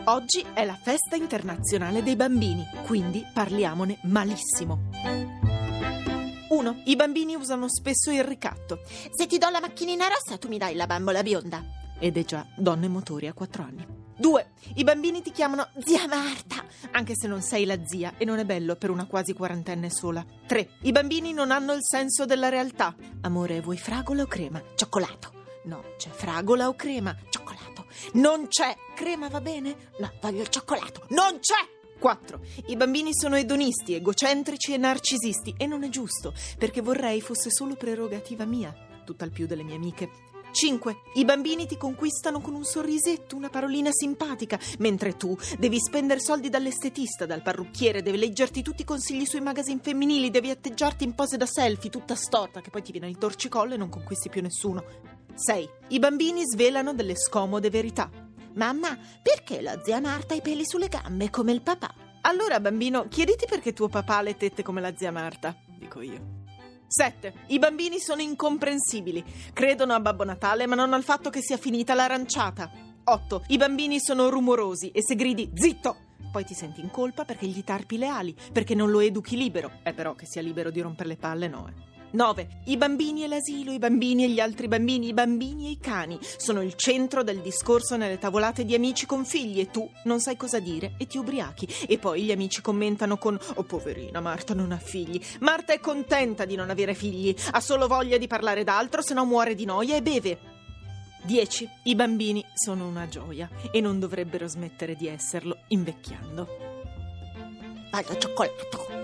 Oggi è la festa internazionale dei bambini, quindi parliamone malissimo. 1. I bambini usano spesso il ricatto. Se ti do la macchinina rossa, tu mi dai la bambola bionda. Ed è già donne motori a 4 anni. 2. I bambini ti chiamano Zia Marta. anche se non sei la zia e non è bello per una quasi quarantenne sola. 3. I bambini non hanno il senso della realtà. Amore, vuoi fragola o crema? Cioccolato. No, c'è fragola o crema? Cioccolato. Non c'è. Crema va bene? No, voglio il cioccolato. Non c'è! 4. I bambini sono edonisti, egocentrici e narcisisti e non è giusto, perché vorrei fosse solo prerogativa mia, tutt'al più delle mie amiche. 5. I bambini ti conquistano con un sorrisetto, una parolina simpatica, mentre tu devi spendere soldi dall'estetista, dal parrucchiere, devi leggerti tutti i consigli sui magazine femminili, devi atteggiarti in pose da selfie, tutta storta, che poi ti viene il torcicollo e non conquisti più nessuno. 6. I bambini svelano delle scomode verità. Mamma, perché la zia Marta ha i peli sulle gambe come il papà? Allora, bambino, chiediti perché tuo papà ha le tette come la zia Marta, dico io. 7. I bambini sono incomprensibili. Credono a Babbo Natale, ma non al fatto che sia finita l'aranciata. 8. I bambini sono rumorosi e se gridi zitto, poi ti senti in colpa perché gli tarpi le ali, perché non lo educhi libero. Però che sia libero di rompere le palle, no. 9. I bambini e l'asilo, i bambini e gli altri bambini, i bambini e i cani sono il centro del discorso nelle tavolate di amici con figli e tu non sai cosa dire e ti ubriachi. E poi gli amici commentano con «Oh, poverina, Marta non ha figli. Marta è contenta di non avere figli, ha solo voglia di parlare d'altro, se no muore di noia e beve». 10. I bambini sono una gioia e non dovrebbero smettere di esserlo invecchiando. Voglio cioccolato.